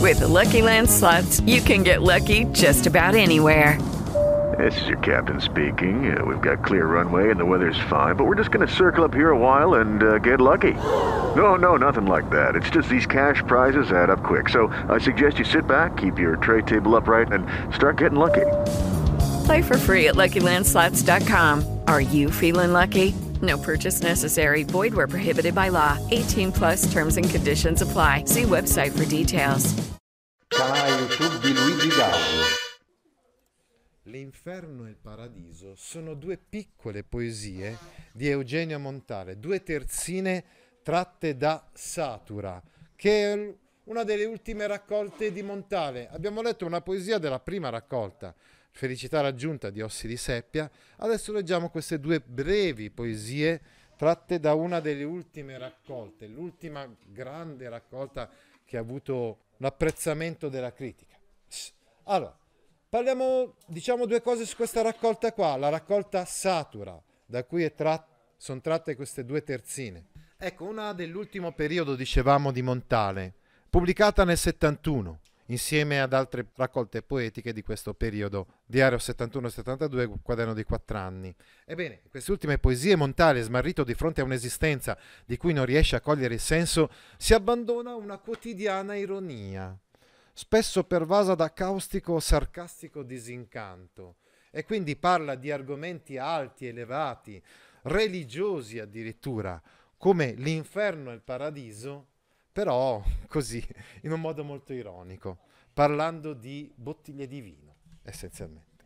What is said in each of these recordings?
With the Lucky Land Slots, you can get lucky just about anywhere. This is your captain speaking. We've got clear runway and the weather's fine, but we're just going to circle up here a while and get lucky. No, nothing like that. It's just these cash prizes add up quick. So I suggest you sit back, keep your tray table upright, and start getting lucky. Play for free at LuckyLandSlots.com. Are you feeling lucky? No purchase necessary. Void where prohibited by law. 18 plus terms and conditions apply. See website for details. Canale YouTube di Luigi Gaudio. L'inferno e il paradiso sono due piccole poesie di Eugenio Montale, due terzine tratte da Satura, che è una delle ultime raccolte di Montale. Abbiamo letto una poesia della prima raccolta, Felicità raggiunta di Ossi di Seppia. Adesso leggiamo queste due brevi poesie tratte da una delle ultime raccolte, l'ultima grande raccolta che ha avuto l'apprezzamento della critica. Allora, diciamo due cose su questa raccolta qua, la raccolta Satura, da cui sono tratte queste due terzine. Ecco, una dell'ultimo periodo, dicevamo, di Montale, pubblicata nel 71, insieme ad altre raccolte poetiche di questo periodo, Diario 71-72, quaderno di 4 anni. Ebbene, queste ultime poesie, Montale, smarrito di fronte a un'esistenza di cui non riesce a cogliere il senso, si abbandona a una quotidiana ironia, spesso pervasa da caustico o sarcastico disincanto, e quindi parla di argomenti alti, elevati, religiosi addirittura, come l'inferno e il paradiso, però così, in un modo molto ironico, parlando di bottiglie di vino, essenzialmente.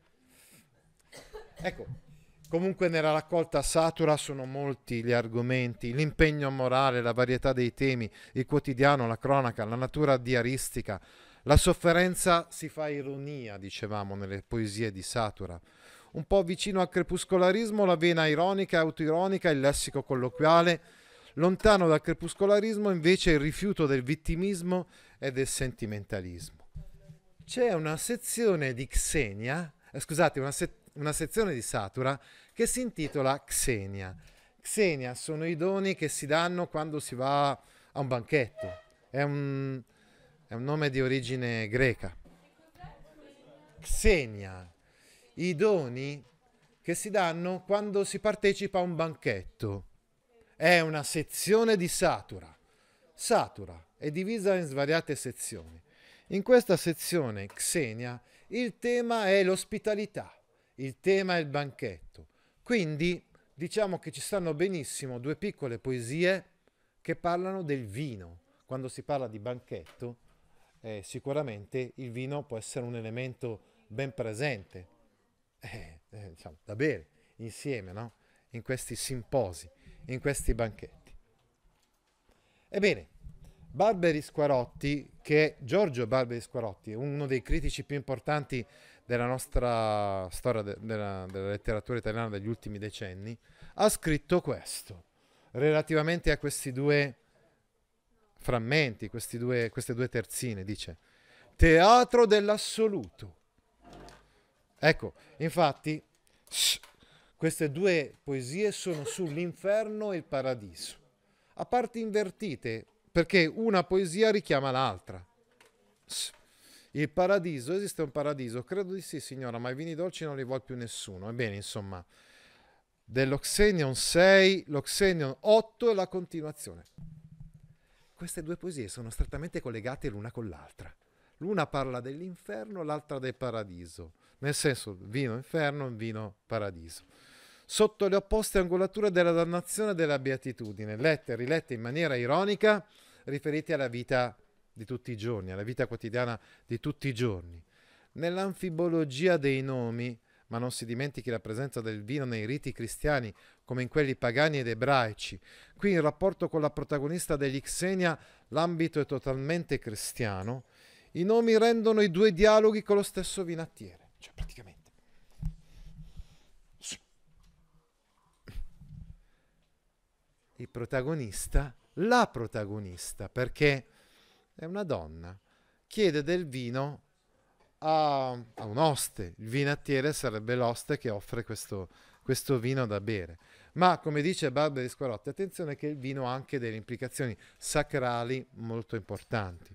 Ecco, comunque nella raccolta Satura sono molti gli argomenti, l'impegno morale, la varietà dei temi, il quotidiano, la cronaca, la natura diaristica, la sofferenza si fa ironia, dicevamo, nelle poesie di Satura. Un po' vicino al crepuscolarismo la vena ironica e autoironica, il lessico colloquiale. Lontano dal crepuscolarismo invece il rifiuto del vittimismo e del sentimentalismo. C'è una sezione di Xenia, una sezione di Satura che si intitola Xenia. Xenia sono i doni che si danno quando si va a un banchetto. È un nome di origine greca. Xenia, i doni che si danno quando si partecipa a un banchetto. È una sezione di Satura. Satura è divisa in svariate sezioni. In questa sezione, Xenia, il tema è l'ospitalità, il tema è il banchetto. Quindi diciamo che ci stanno benissimo due piccole poesie che parlano del vino. Quando si parla di banchetto, sicuramente il vino può essere un elemento ben presente, diciamo, da bere insieme, no? In questi simposi, in questi banchetti. Ebbene, Barberi Squarotti, che è Giorgio Barberi Squarotti, è uno dei critici più importanti della nostra storia della letteratura italiana degli ultimi decenni, ha scritto questo, relativamente a questi due frammenti, queste due terzine, dice: teatro dell'assoluto. Ecco, infatti, queste due poesie sono sull'inferno e il paradiso, a parti invertite, perché una poesia richiama l'altra. Il paradiso, esiste un paradiso? Credo di sì, signora, ma i vini dolci non li vuol più nessuno. Ebbene, insomma, dell'Oxenion 6, l'Oxenion 8 e la continuazione. Queste due poesie sono strettamente collegate l'una con l'altra. L'una parla dell'inferno, l'altra del paradiso. Nel senso, vino inferno e vino paradiso. Sotto le opposte angolature della dannazione e della beatitudine, lette e rilette in maniera ironica, riferite alla vita di tutti i giorni, alla vita quotidiana di tutti i giorni. Nell'anfibologia dei nomi, ma non si dimentichi la presenza del vino nei riti cristiani come in quelli pagani ed ebraici. Qui in rapporto con la protagonista degli Xenia l'ambito è totalmente cristiano. I nomi rendono i due dialoghi con lo stesso vinattiere, cioè praticamente. Il protagonista, la protagonista, perché è una donna, chiede del vino a un oste. Il vinattiere sarebbe l'oste che offre questo vino da bere. Ma, come dice Barberi Squarotti, attenzione che il vino ha anche delle implicazioni sacrali molto importanti.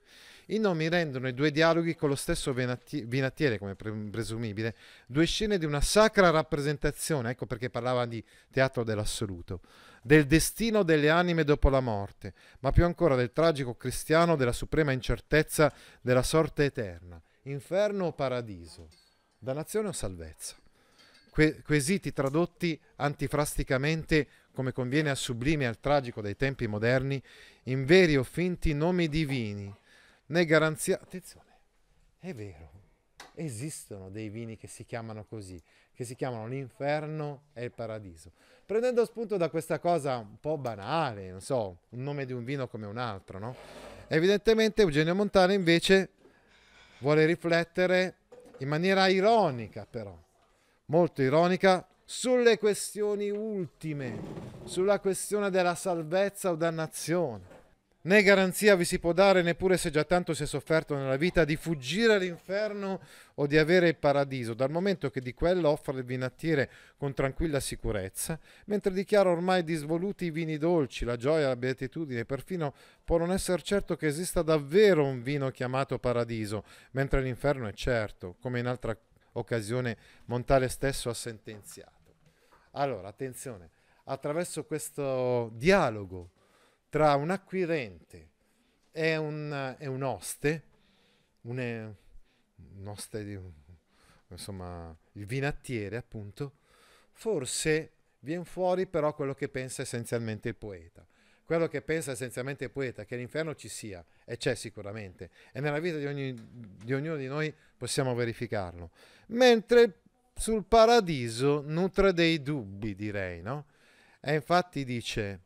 I nomi rendono i due dialoghi con lo stesso vinattiere, come presumibile, due scene di una sacra rappresentazione, ecco perché parlava di teatro dell'assoluto, del destino delle anime dopo la morte, ma più ancora del tragico cristiano, della suprema incertezza della sorte eterna, inferno o paradiso, dannazione o salvezza. Quesiti tradotti antifrasticamente, come conviene al sublime e al tragico dei tempi moderni, in veri o finti nomi divini, né garanzia... Attenzione, è vero, esistono dei vini che si chiamano così, che si chiamano l'inferno e il paradiso. Prendendo spunto da questa cosa un po' banale, non so, un nome di un vino come un altro, no? Evidentemente Eugenio Montale invece vuole riflettere in maniera ironica, però, molto ironica, sulle questioni ultime, sulla questione della salvezza o dannazione. Né garanzia vi si può dare, neppure se già tanto si è sofferto nella vita, di fuggire all'inferno o di avere il paradiso, dal momento che di quello offre il vinattiere con tranquilla sicurezza, mentre dichiara ormai disvoluti i vini dolci, la gioia, la beatitudine, perfino può non essere certo che esista davvero un vino chiamato paradiso, mentre l'inferno è certo, come in altra occasione Montale stesso ha sentenziato. Allora, attenzione, attraverso questo dialogo tra un acquirente e un oste, un oste insomma, il vinattiere appunto, forse viene fuori però quello che pensa essenzialmente il poeta. Quello che pensa essenzialmente il poeta, che l'inferno ci sia, e c'è sicuramente, e nella vita di ognuno di noi possiamo verificarlo. Mentre sul paradiso nutre dei dubbi, direi, no? E infatti dice...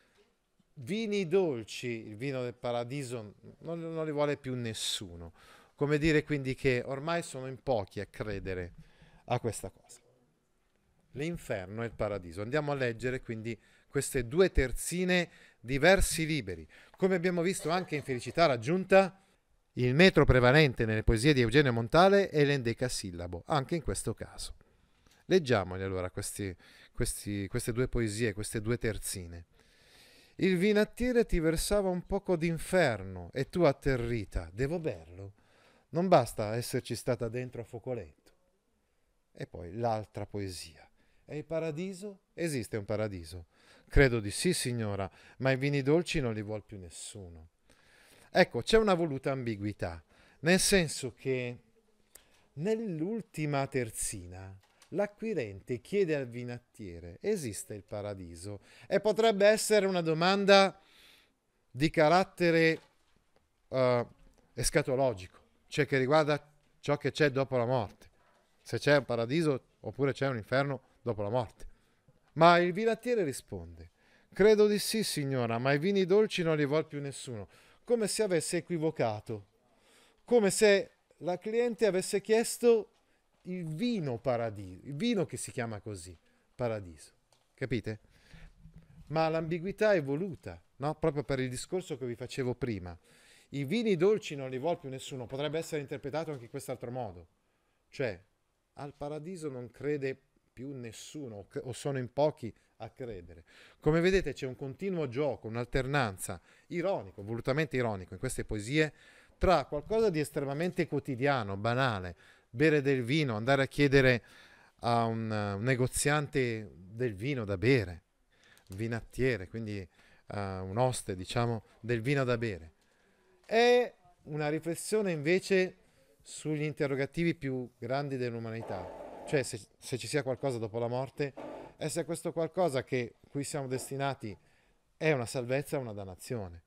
Vini dolci, il vino del paradiso non li vuole più nessuno. Come dire quindi che ormai sono in pochi a credere a questa cosa. L'inferno e il paradiso. Andiamo a leggere quindi queste due terzine di versi liberi. Come abbiamo visto anche in Felicità raggiunta, il metro prevalente nelle poesie di Eugenio Montale è l'endecasillabo, anche in questo caso. Leggiamoli allora queste due poesie, queste due terzine. Il vinattiere ti versava un poco d'inferno e tu atterrita, devo berlo? Non basta esserci stata dentro a Focoletto. E poi l'altra poesia. E il paradiso? Esiste un paradiso? Credo di sì, signora, ma i vini dolci non li vuol più nessuno. Ecco, c'è una voluta ambiguità, nel senso che nell'ultima terzina l'acquirente chiede al vinattiere: esiste il paradiso? E potrebbe essere una domanda di carattere escatologico, cioè che riguarda ciò che c'è dopo la morte, se c'è un paradiso oppure c'è un inferno dopo la morte. Ma il vinattiere risponde: credo di sì, signora, ma i vini dolci non li vuol più nessuno, come se avesse equivocato, come se la cliente avesse chiesto il vino paradiso, il vino che si chiama così, paradiso. Capite? Ma l'ambiguità è voluta, no? Proprio per il discorso che vi facevo prima. I vini dolci non li vuol più nessuno, potrebbe essere interpretato anche in quest'altro modo. Cioè, al paradiso non crede più nessuno, o sono in pochi a credere. Come vedete c'è un continuo gioco, un'alternanza ironico, volutamente ironico in queste poesie, tra qualcosa di estremamente quotidiano, banale, bere del vino, andare a chiedere a un negoziante del vino da bere, vinattiere, quindi un oste, diciamo, del vino da bere. È una riflessione invece sugli interrogativi più grandi dell'umanità, cioè se ci sia qualcosa dopo la morte e se questo qualcosa che cui siamo destinati è una salvezza o una dannazione.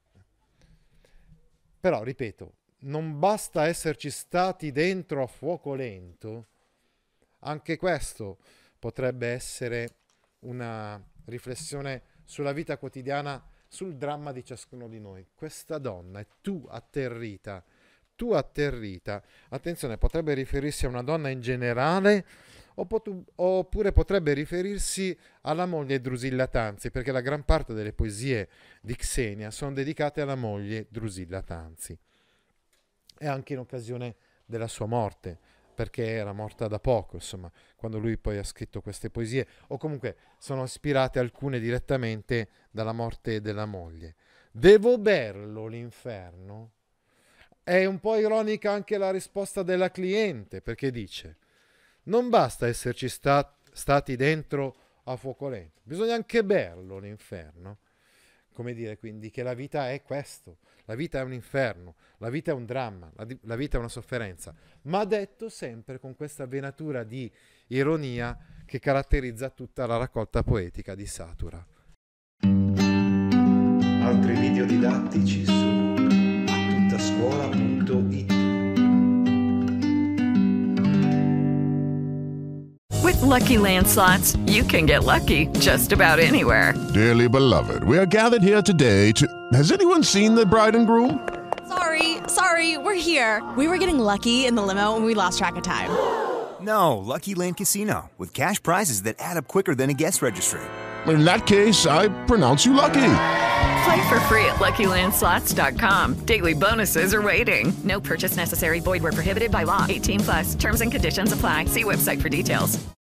Però, ripeto, non basta esserci stati dentro a fuoco lento, anche questo potrebbe essere una riflessione sulla vita quotidiana, sul dramma di ciascuno di noi. Questa donna è tu atterrita, attenzione, potrebbe riferirsi a una donna in generale oppure potrebbe riferirsi alla moglie Drusilla Tanzi, perché la gran parte delle poesie di Xenia sono dedicate alla moglie Drusilla Tanzi. E anche in occasione della sua morte, perché era morta da poco, insomma, quando lui poi ha scritto queste poesie, o comunque sono ispirate alcune direttamente dalla morte della moglie. Devo berlo l'inferno? È un po' ironica anche la risposta della cliente, perché dice: non basta esserci stati dentro a fuoco lento, bisogna anche berlo l'inferno. Come dire, quindi, che la vita è questo, la vita è un inferno, la vita è un dramma, la vita è una sofferenza, ma detto sempre con questa venatura di ironia che caratterizza tutta la raccolta poetica di Satura. Altri video didattici su atuttascuola.it. With Lucky Land Slots, you can get lucky just about anywhere. Dearly beloved, we are gathered here today to... Has anyone seen the bride and groom? Sorry, we're here. We were getting lucky in the limo and we lost track of time. No, Lucky Land Casino, with cash prizes that add up quicker than a guest registry. In that case, I pronounce you lucky. Play for free at LuckyLandSlots.com. Daily bonuses are waiting. No purchase necessary. Void where prohibited by law. 18+. Terms and conditions apply. See website for details.